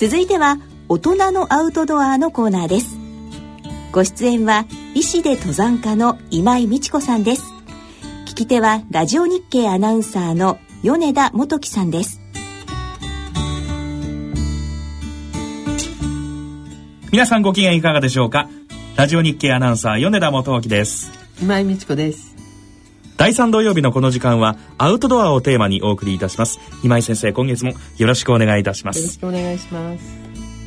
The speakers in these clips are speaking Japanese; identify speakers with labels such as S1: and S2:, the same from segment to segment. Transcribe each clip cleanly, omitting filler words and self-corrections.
S1: 続いては大人のアウトドアのコーナーです。ご出演は医師で登山家の今井美智子さんです。聞き手はラジオ日経アナウンサーの米田元樹さんです。
S2: 皆さんご機嫌いかがでしょうか。ラジオ日経アナウンサー米田元樹です。
S3: 今井美智子です。
S2: 第3土曜日のこの時間はアウトドアをテーマにお送りいたします。今井先生、今月もよろしくお願いいたします。
S3: よろしくお願いします。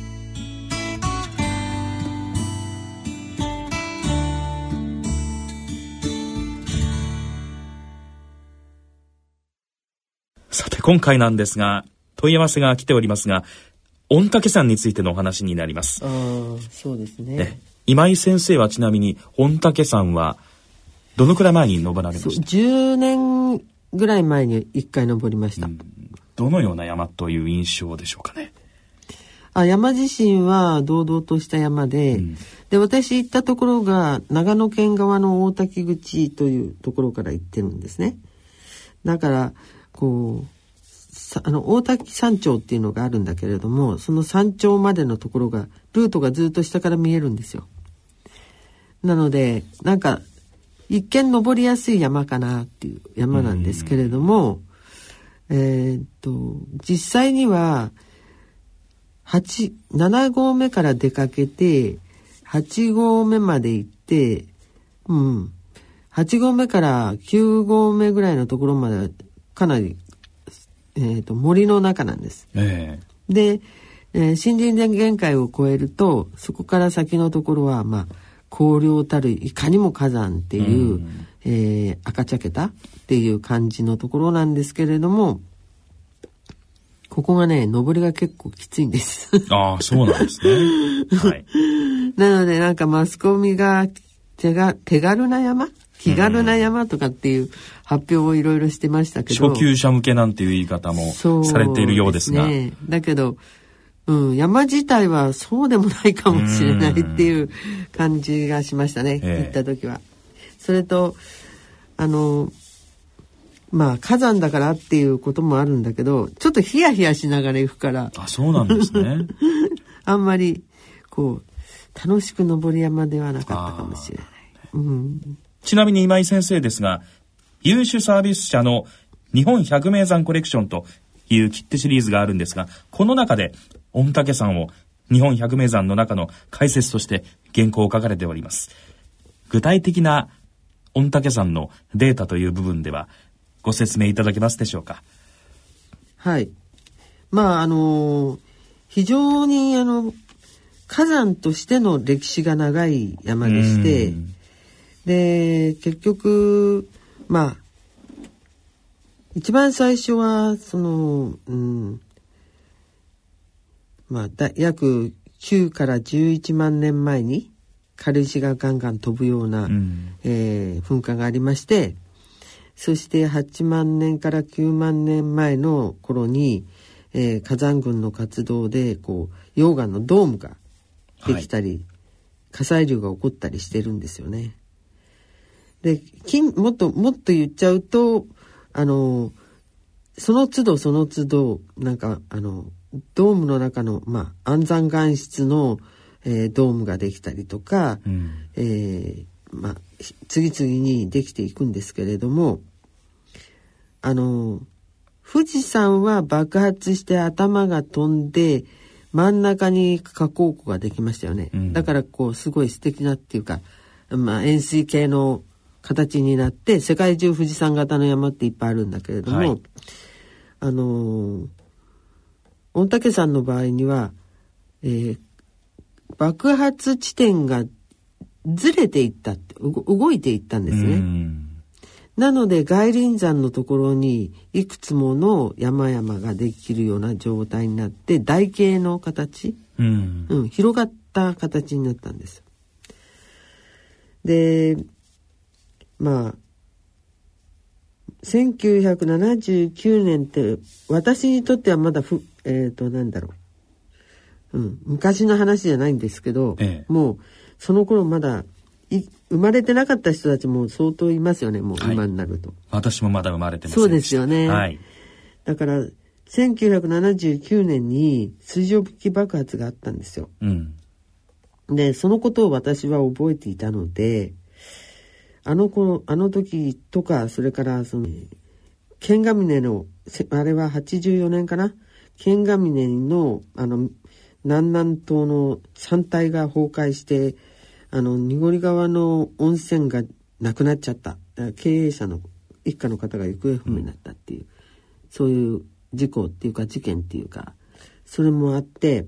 S2: さて今回なんですが、問い合わせが来ておりますが、御嶽山についてのお話になります。
S3: そうですね。
S2: 今井先生はちなみに御嶽山はどのくらい前に登られました？
S3: 10 年ぐらい前に1回登りました。
S2: どのような山という印象でしょうかね。
S3: 山自身は堂々とした山で、で私行ったところが長野県側の大滝口というところから行ってるんですね。だからこう大滝山頂っていうのがあるんだけれども、その山頂までのところがルートがずっと下から見えるんですよ。なのでなんか一見登りやすい山かなっていう山なんですけれども、実際には7合目から出かけて8合目まで行って、8合目から9合目ぐらいのところまではかなり森の中なんです。で、森林限界を越えるとそこから先のところは荒涼たるいかにも火山っていう、赤茶桁っていう感じのところなんですけれども、ここがね登りが結構きついんです。
S2: そうなんですね。はい、
S3: なのでなんかマスコミが手軽な山気軽な山とかっていう発表をいろいろしてましたけど、
S2: 初級者向けなんていう言い方もされているようですが、
S3: だけど、山自体はそうでもないかもしれないっていう感じがしましたね、行った時は。それと火山だからっていうこともあるんだけど、ちょっとヒヤヒヤしながら行くから、
S2: そうなんですね。
S3: あんまりこう楽しく登る山ではなかったかもしれない。
S2: ちなみに今井先生ですが、優秀サービス社の日本百名山コレクションという切手シリーズがあるんですが、この中で御嶽山を日本百名山の中の解説として原稿を書かれております。具体的な御嶽山のデータという部分ではご説明いただけますでしょうか。
S3: はい。非常に火山としての歴史が長い山でして、で結局一番最初は約9から11万年前に軽石がガンガン飛ぶような、噴火がありまして、そして8万年から9万年前の頃に、火山群の活動で溶岩のドームができたり、火砕流が起こったりしてるんですよね。でもっと言っちゃうとその都度なんかドームの中の安山岩質の、ドームができたりとか、次々にできていくんですけれども、富士山は爆発して頭が飛んで真ん中に火口湖ができましたよね。だからすごい素敵なっていうか、円錐形の形になって世界中富士山型の山っていっぱいあるんだけれども、御嶽山の場合には、爆発地点がずれていったって動いていったんですね。なので外輪山のところにいくつもの山々ができるような状態になって台形の形、広がった形になったんです。で1979年って私にとってはまだ昔の話じゃないんですけど、もうその頃まだ生まれてなかった人たちも相当いますよね、もう今になると。
S2: 私もまだ生まれてません。
S3: そうですよね。
S2: はい。
S3: だから 1979年に水蒸気爆発があったんですよ。で、そのことを私は覚えていたので、あの時とか、それから剣ヶ峰の、あれは84年かな、剣ヶ峰の南南東の山体が崩壊して、濁川の温泉がなくなっちゃった。経営者の一家の方が行方不明になったっていう、そういう事故っていうか事件っていうか、それもあって、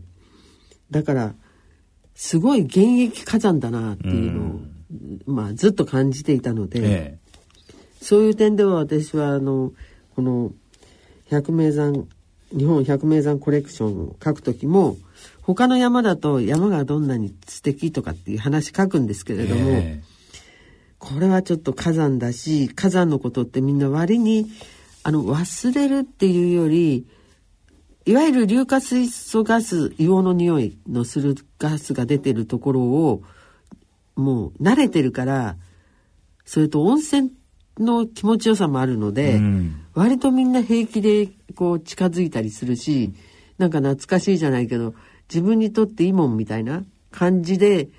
S3: だからすごい現役火山だなっていうのを、ずっと感じていたので、そういう点では私はこの百名山、日本百名山コレクションを書くときも、他の山だと山がどんなに素敵とかっていう話書くんですけれども、これはちょっと火山だし、火山のことってみんな割に忘れるっていうより、いわゆる硫化水素ガス、硫黄の匂いのするガスが出てるところをもう慣れてるから、それと温泉の気持ちよさもあるので、割とみんな平気でこう近づいたりするし、なんか懐かしいじゃないけど、自分にとっていいもんみたいな感じで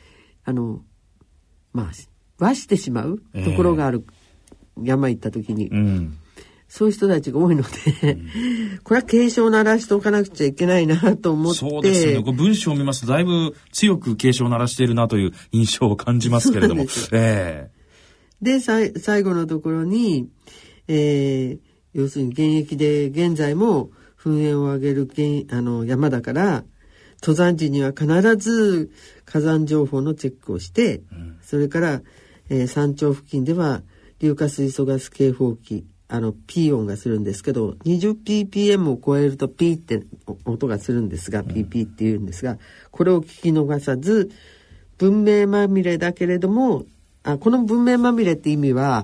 S3: 和してしまうところがある、山行った時に、そういう人たちが多いので、これは警鐘を鳴らしておかなくちゃいけないなと思って。
S2: そうですね。文章を見ますとだいぶ強く警鐘を鳴らしているなという印象を感じますけれども。
S3: で、最後のところに、要するに現役で現在も噴煙を上げる山だから、登山時には必ず火山情報のチェックをして、それから、山頂付近では硫化水素ガス警報器、P 音がするんですけど、20ppm を超えると P って音がするんですが、PP って言うんですが、これを聞き逃さず、文明まみれだけれども、この文明まみれって意味は、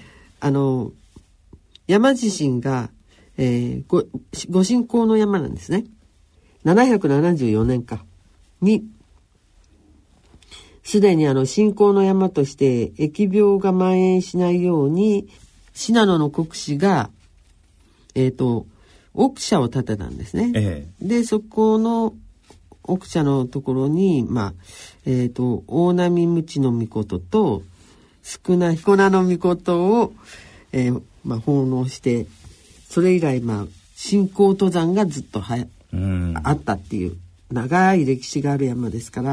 S3: 山自身が、ご信仰の山なんですね。774年かに、すでに信仰の山として疫病が蔓延しないように、信濃の国司が、奥社を建てたんですね。で、そこの奥社のところに、大波鞭の命と少な彦名の命を、奉納して、それ以来、信仰登山がずっとあったっていう長い歴史がある山ですから、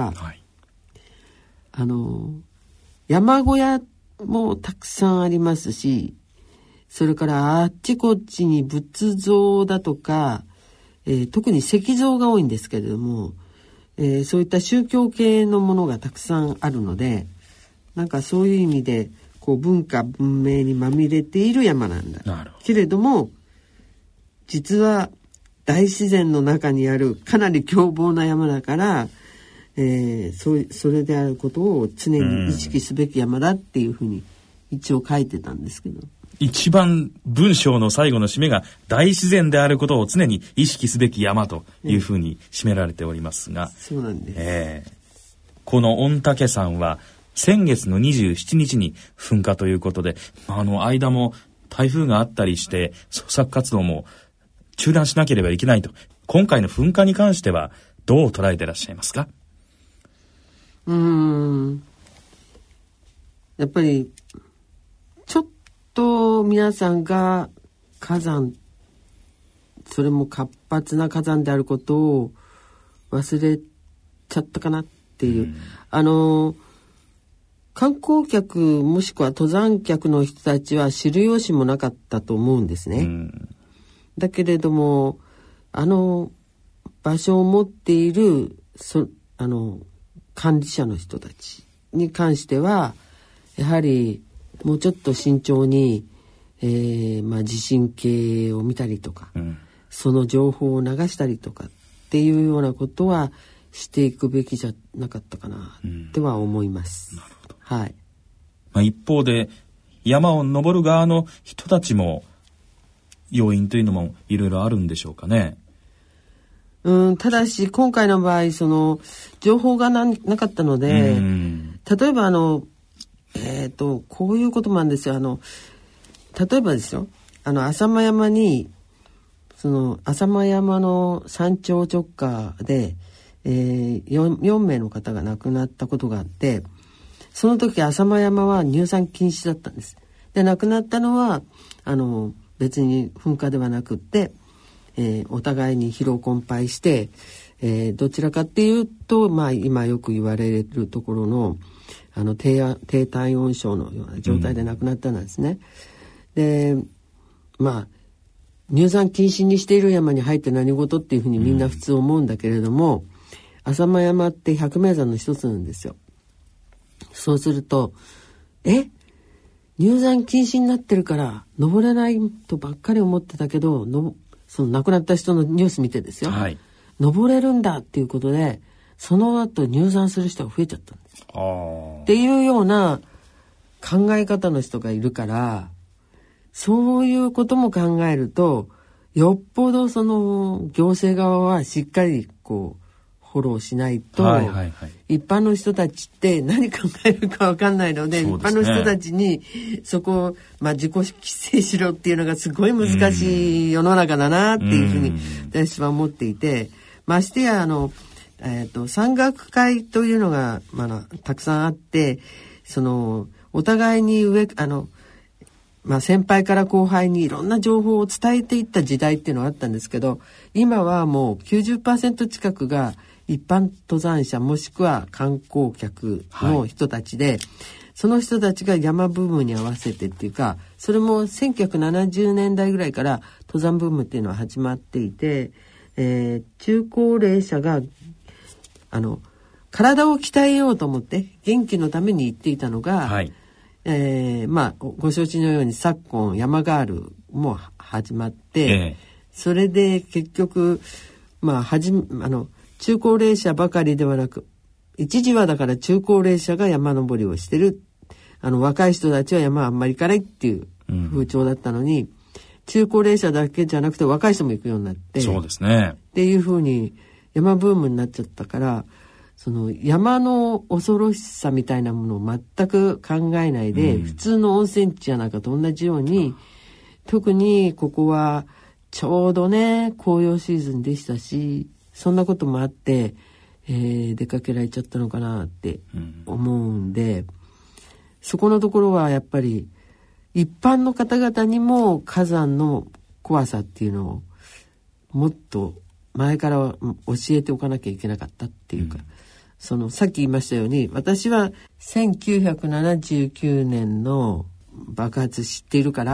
S3: 山小屋もたくさんありますし、それからあっちこっちに仏像だとか、特に石像が多いんですけれども、そういった宗教系のものがたくさんあるので、なんかそういう意味でこう文化文明にまみれている山なんだけれども、実は大自然の中にあるかなり凶暴な山だから、それであることを常に意識すべき山だっていうふうに一応書いてたんですけど、
S2: 一番文章の最後の締めが大自然であることを常に意識すべき山というふうに締められておりますが、
S3: そうなんです。
S2: この御嶽山は先月の27日に噴火ということで、間も台風があったりして捜索活動も中断しなければいけないと。今回の噴火に関してはどう捉えていらっしゃいますか？
S3: やっぱりちょっと皆さんが火山、それも活発な火山であることを忘れちゃったかなっていう、観光客もしくは登山客の人たちは知る由もなかったと思うんですね。だけれども場所を持っている管理者の人たちに関してはやはりもうちょっと慎重に、地震計を見たりとか、その情報を流したりとかっていうようなことはしていくべきじゃなかったかなっては思います。
S2: なるほど。
S3: はい。
S2: 一方で山を登る側の人たちも要因というのもいろいろあるんでしょうかね。
S3: ただし今回の場合情報がなかったので、例えばこういうこともあるんですよ。例えばですよ、浅間山にその浅間山の山頂直下で、4名の方が亡くなったことがあって、その時浅間山は入山禁止だったんです。で、亡くなったのは別に噴火ではなくって、お互いに疲労困憊して、どちらかっていうと、今よく言われるところの低体温症のような状態で亡くなったんですね。で、入山禁止にしている山に入って何事っていうふうにみんな普通思うんだけれども、浅間山って百名山の一つなんですよ。そうすると、入山禁止になってるから登れないとばっかり思ってたけど、その亡くなった人のニュース見てですよ、はい、登れるんだっていうことで、その後入山する人が増えちゃったんです。っていうような考え方の人がいるから、そういうことも考えると、よっぽどその行政側はしっかりフォローしないと、一般の人たちって何考えるか分かんないので、一般の人たちにそこを、自己規制しろっていうのがすごい難しい世の中だなっていうふうに私は思っていて、ましてや山岳会というのが、たくさんあって、お互いに先輩から後輩にいろんな情報を伝えていった時代っていうのがあったんですけど、今はもう 90% 近くが一般登山者もしくは観光客の人たちで、その人たちが山ブームに合わせてっていうか、それも1970年代ぐらいから登山ブームっていうのは始まっていて、中高齢者が体を鍛えようと思って元気のために行っていたのが、ご承知のように昨今山ガールも始まって、それで結局中高齢者ばかりではなく、一時はだから中高齢者が山登りをしてる、若い人たちは山あんまり行かないっていう風潮だったのに、中高齢者だけじゃなくて若い人も行くようになって、
S2: そうですね
S3: っていう風に山ブームになっちゃったから、その山の恐ろしさみたいなものを全く考えないで、普通の温泉地やなんかと同じように、特にここはちょうどね紅葉シーズンでしたし、そんなこともあって、出かけられちゃったのかなって思うんで、そこのところはやっぱり一般の方々にも火山の怖さっていうのをもっと前から教えておかなきゃいけなかったっていうか、さっき言いましたように、私は1979年の爆発知っているから、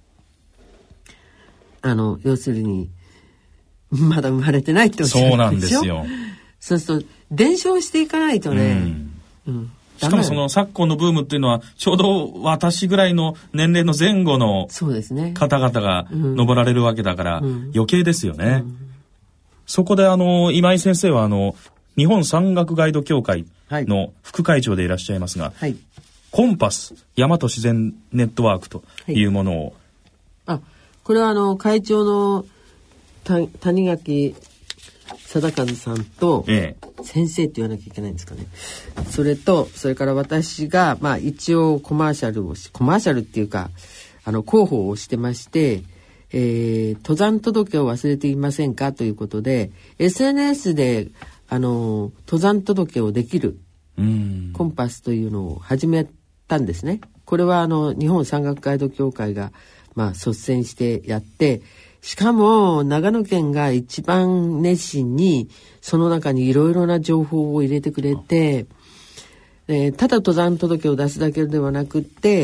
S3: 要するにまだ生まれてないっておっしゃるでしょ。そうなんですよ。そうすると伝承していかないとね、
S2: しかもその昨今のブームっていうのはちょうど私ぐらいの年齢の前後の方々が登られるわけだから余計ですよね。そこで今井先生は日本山岳ガイド協会の副会長でいらっしゃいますが、コンパス山と自然ネットワークというものを、
S3: これは会長の谷垣貞和さんと、先生って言わなきゃいけないんですかね。それから私が一応コマーシャルっていうか広報をしてまして、登山届を忘れていませんかということで SNS で登山届をできるコンパスというのを始めたんですね。これは日本山岳ガイド協会が率先してやって、しかも長野県が一番熱心にその中にいろいろな情報を入れてくれて、ただ登山届を出すだけではなくって、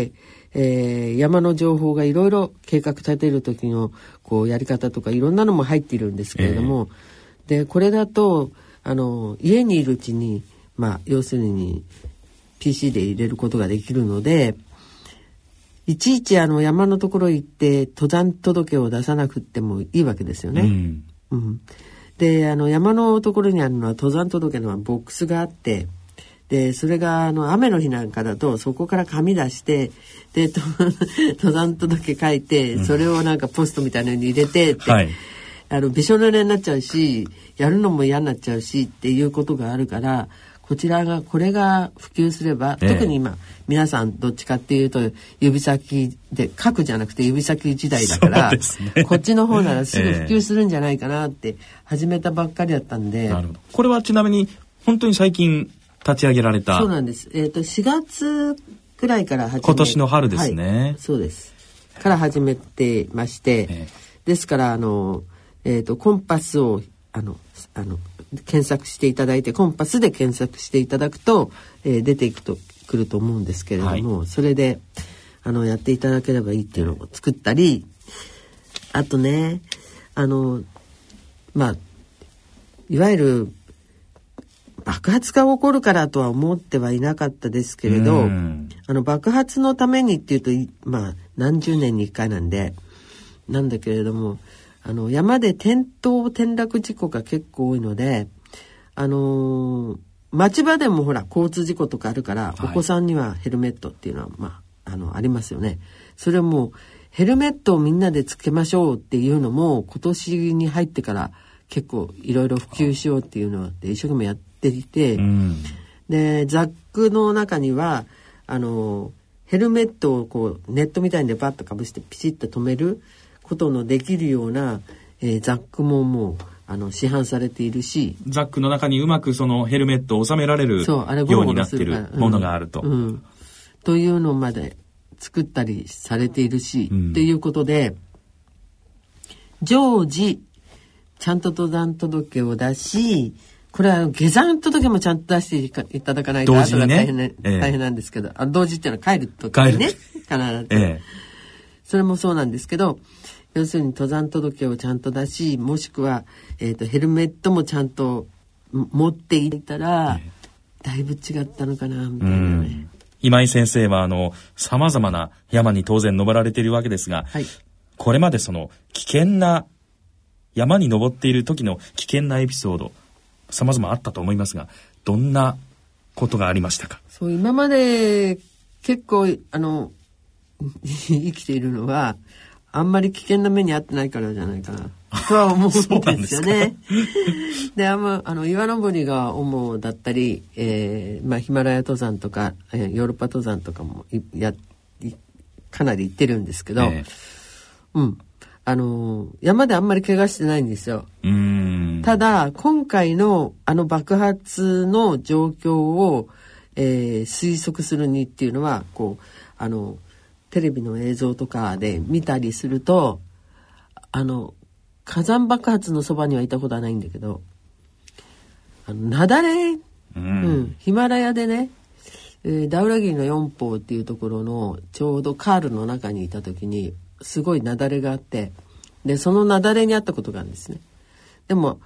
S3: 山の情報がいろいろ計画立てる時のやり方とかいろんなのも入っているんですけれども、でこれだと家にいるうちに要するに PC で入れることができるので、いちいち山のところ行って登山届を出さなくてもいいわけですよね。で山のところにあるのは登山届のボックスがあって、でそれが雨の日なんかだとそこから紙出して、で登山届書いて、それをなんかポストみたいなのに入れてって、びしょ濡れになっちゃうし、やるのも嫌になっちゃうしっていうことがあるから、 これが普及すれば、特に今皆さんどっちかっていうと指先で書くじゃなくて指先時代だから、ね、こっちの方ならすぐ普及するんじゃないかなって始めたばっかりだったんで、
S2: なるほど。これはちなみに本当に最近立ち上げられた。
S3: そうなんです。4月くらいから始め、
S2: 今年の春ですね。
S3: はい、そうです。から始めてまして、ですからコンパスを検索していただいて、コンパスで検索していただくと、出てくると思うんですけれども、はい、それでやっていただければいいっていうのを作ったり、あとねいわゆる爆発が起こるからとは思ってはいなかったですけれど、爆発のためにっていうと何十年に1回なんだけれども、山で転落事故が結構多いので、町場でもほら交通事故とかあるから、お子さんにはヘルメットっていうのはありますよね。それもヘルメットをみんなでつけましょうっていうのも今年に入ってから結構いろいろ普及しようっていうので一生懸命やっていて、でザックの中にはヘルメットをこうネットみたいにバッとかぶしてピチッと止めることのできるような、ザックももう市販されているし、
S2: ザックの中にうまくそのヘルメットを収められるようになっているものがあると、
S3: というのまで作ったりされているし、ということで常時ちゃんと登山届を出し、これは下山届もちゃんと出していただかないと後が大変なんですけど、同時っていうのは帰る時にね、必ず、それもそうなんですけど、要するに登山届をちゃんと出し、もしくは、ヘルメットもちゃんと持っていたら、だいぶ違ったのかなみたいなね。
S2: 今井先生は様々な山に当然登られているわけですが、はい、これまでその危険な山に登っている時の危険なエピソード様々あったと思いますが、どんなことがありましたか？
S3: そう、今まで結構生きているのはあんまり危険な目に遭ってないからじゃないかなとは思うんですよね。で、岩登りが主だったり、ヒマラヤ登山とか、ヨーロッパ登山とかもかなり行ってるんですけど、山であんまり怪我してないんですよ。ただ今回の爆発の状況を、推測するにっていうのはこうテレビの映像とかで見たりすると、火山爆発のそばにはいたことはないんだけど、雪崩、ヒマラヤでね、ダウラギリの四峰っていうところのちょうどカールの中にいた時にすごい雪崩があって、でその雪崩にあったことがあるんですね。でも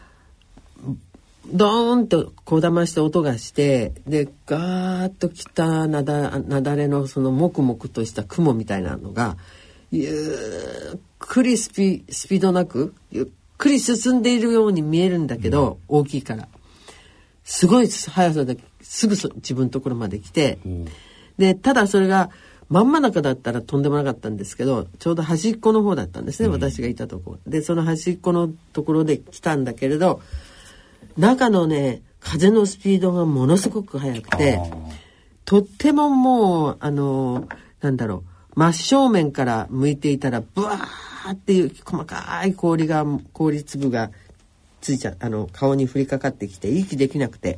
S3: ドーンとこだまして音がして、でガーッと来た雪崩のそのもくもくとした雲みたいなのがゆっくりスピードなくゆっくり進んでいるように見えるんだけど、大きいからすごい速さですぐ自分のところまで来て、でただそれが真ん中だったらとんでもなかったんですけど、ちょうど端っこの方だったんですね、私がいたところで、その端っこのところで来たんだけれど、中のね風のスピードがものすごく速くて、とってももう真正面から向いていたらブワーっていう細かい氷粒がついちゃ顔に降りかかってきて息できなくて、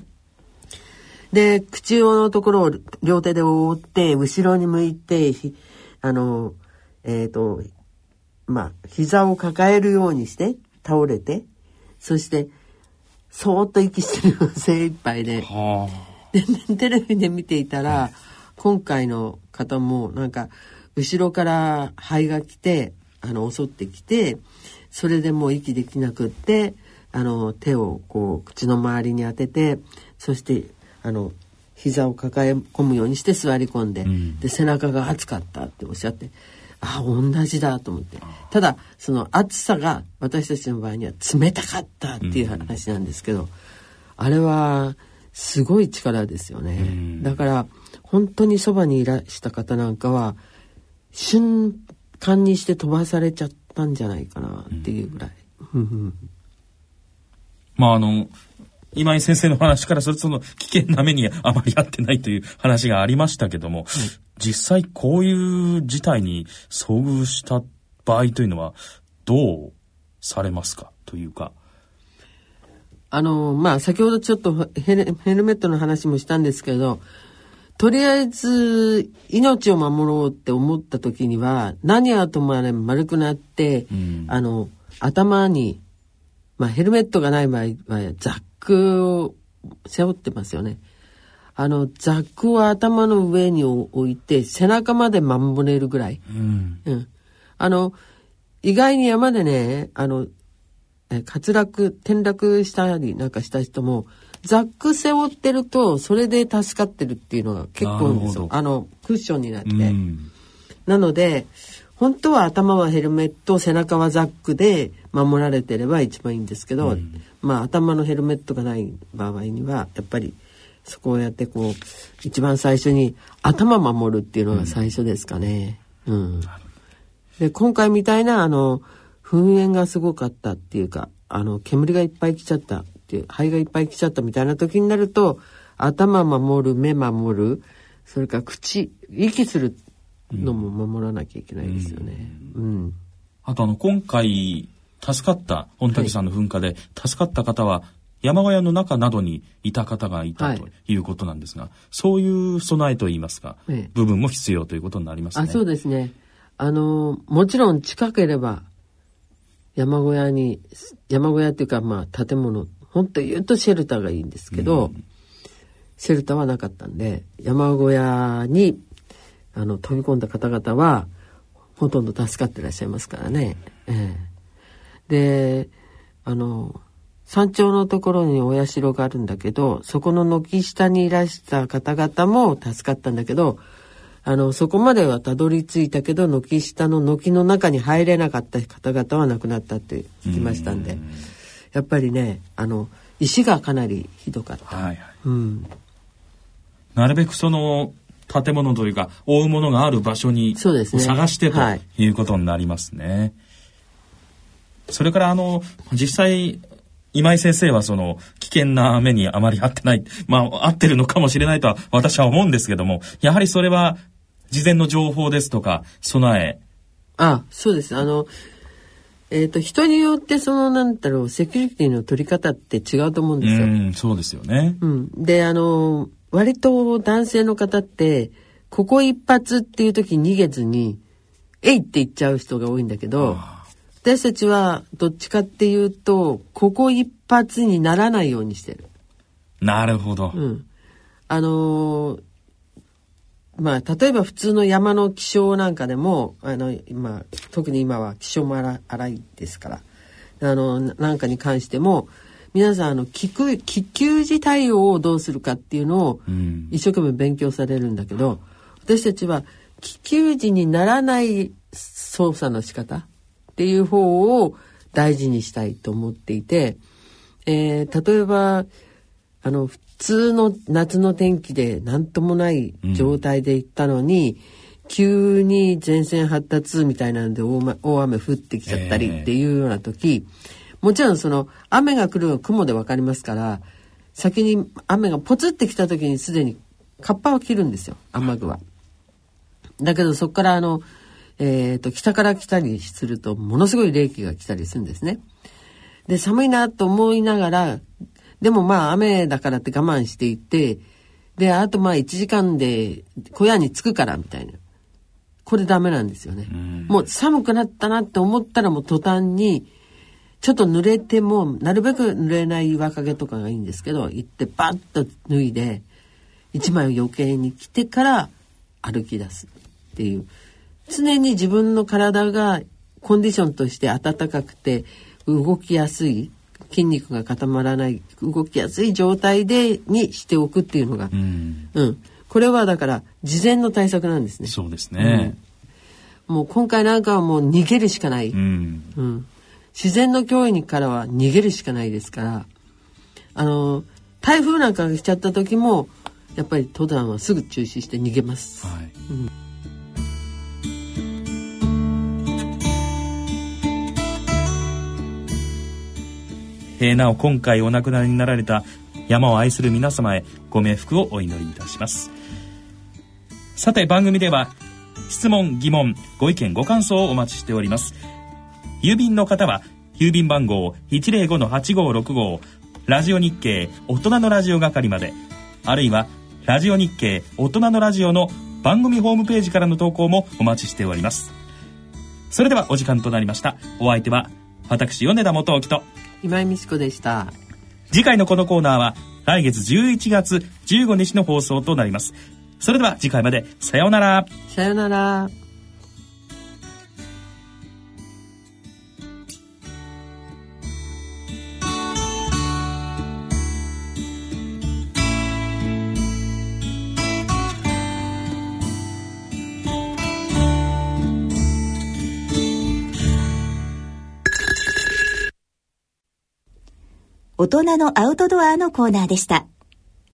S3: で口のところを両手で覆って後ろに向いて膝を抱えるようにして倒れて、そしてそーっと息してるのが精一杯で、でテレビで見ていたら、今回の方もなんか後ろから肺が来て襲ってきて、それでもう息できなくって手をこう口の周りに当てて、そして膝を抱え込むようにして座り込んで、で背中が熱かったっておっしゃって、同じだと思って、ただその熱さが私たちの場合には冷たかったっていう話なんですけど、あれはすごい力ですよね。だから本当にそばにいらした方なんかは瞬間にして飛ばされちゃったんじゃないかなっていうぐらい、
S2: 今井先生の話からするとその危険な目にあまり合ってないという話がありましたけども、実際こういう事態に遭遇した場合というのはどうされますかというか。
S3: 先ほどちょっとヘルメットの話もしたんですけど、とりあえず命を守ろうって思った時には何はともあれ丸くなって、頭に、ヘルメットがない場合はザックを背負ってますよね。ザックを頭の上に置いて背中まで守れるぐらい。意外に山でね、転落したりなんかした人も、ザック背負ってると、それで助かってるっていうのが結構多いんですよ。クッションになって。なので、本当は頭はヘルメット、背中はザックで守られてれば一番いいんですけど、頭のヘルメットがない場合には、やっぱりそこをやって一番最初に頭守るっていうのが最初ですかね。で、今回みたいな噴煙がすごかったっていうか、煙がいっぱい来ちゃったっていう、灰がいっぱい来ちゃったみたいな時になると、頭守る、目守る、それから口、息するのも守らなきゃいけないですよね。
S2: あと今回助かった御嶽山の噴火で助かった方は山小屋の中などにいた方がいたということなんですが、そういう備えといいますか、部分も必要ということになりますね。
S3: そうですね。もちろん近ければ山小屋っていうか建物、本当言うとシェルターがいいんですけど、シェルターはなかったんで、山小屋に飛び込んだ方々はほとんど助かってらっしゃいますからね。で、山頂のところにお社があるんだけど、そこの軒下にいらした方々も助かったんだけど、そこまではたどり着いたけど、軒下の軒の中に入れなかった方々は亡くなったって聞きましたんで、やっぱりね、石がかなりひどかった。
S2: なるべくその建物というか覆うものがある場所に探してということになりますね。それから実際今井先生はその危険な目にあまり合ってない、合ってるのかもしれないとは私は思うんですけども、やはりそれは事前の情報ですとか備え。
S3: そうです。人によってセキュリティの取り方って違うと思うんですよ。
S2: そうですよね。
S3: で、割と男性の方って、ここ一発っていう時に逃げずに、えいって言っちゃう人が多いんだけど、私たちはどっちかっていうと、ここ一発にならないようにしてる。
S2: なるほど。
S3: 例えば普通の山の気象なんかでも、特に今は気象も荒いですから、なんかに関しても、皆さん緊急時対応をどうするかっていうのを一生懸命勉強されるんだけど、私たちは緊急時にならない操作の仕方っていう方を大事にしたいと思っていて、例えば普通の夏の天気で何ともない状態で行ったのに、急に前線発達みたいなので大雨降ってきちゃったりっていうような時、もちろん雨が来るのは雲で分かりますから、先に雨がポツってきた時にすでにカッパは切るんですよ、雨具は。だけどそこから北から来たりするとものすごい冷気が来たりするんですね。で、寒いなと思いながら、でも雨だからって我慢していて、で、あと1時間で小屋に着くからみたいな。これダメなんですよね。もう寒くなったなって思ったらもう途端に、ちょっと濡れても、なるべく濡れない岩陰とかがいいんですけど、行ってバッと脱いで、一枚余計に着てから歩き出すっていう。常に自分の体がコンディションとして暖かくて、動きやすい、筋肉が固まらない、動きやすい状態にしておくっていうのが、これはだから事前の対策なんですね。
S2: そうですね。
S3: もう今回なんかはもう逃げるしかない。自然の脅威からは逃げるしかないですから、台風なんかが来ちゃった時もやっぱり登山はすぐ中止して逃げます。
S2: なお今回お亡くなりになられた山を愛する皆様へご冥福をお祈りいたします。さて、番組では質問、疑問、ご意見、ご感想をお待ちしております。郵便の方は郵便番号 105-8565 ラジオ日経大人のラジオ係まで、あるいはラジオ日経大人のラジオの番組ホームページからの投稿もお待ちしております。それではお時間となりました。お相手は私米田元興と
S3: 今井美智子でした。
S2: 次回のこのコーナーは来月11月15日の放送となります。それでは次回までさようなら。
S3: さようなら。
S1: 大人のアウトドアのコーナーでした。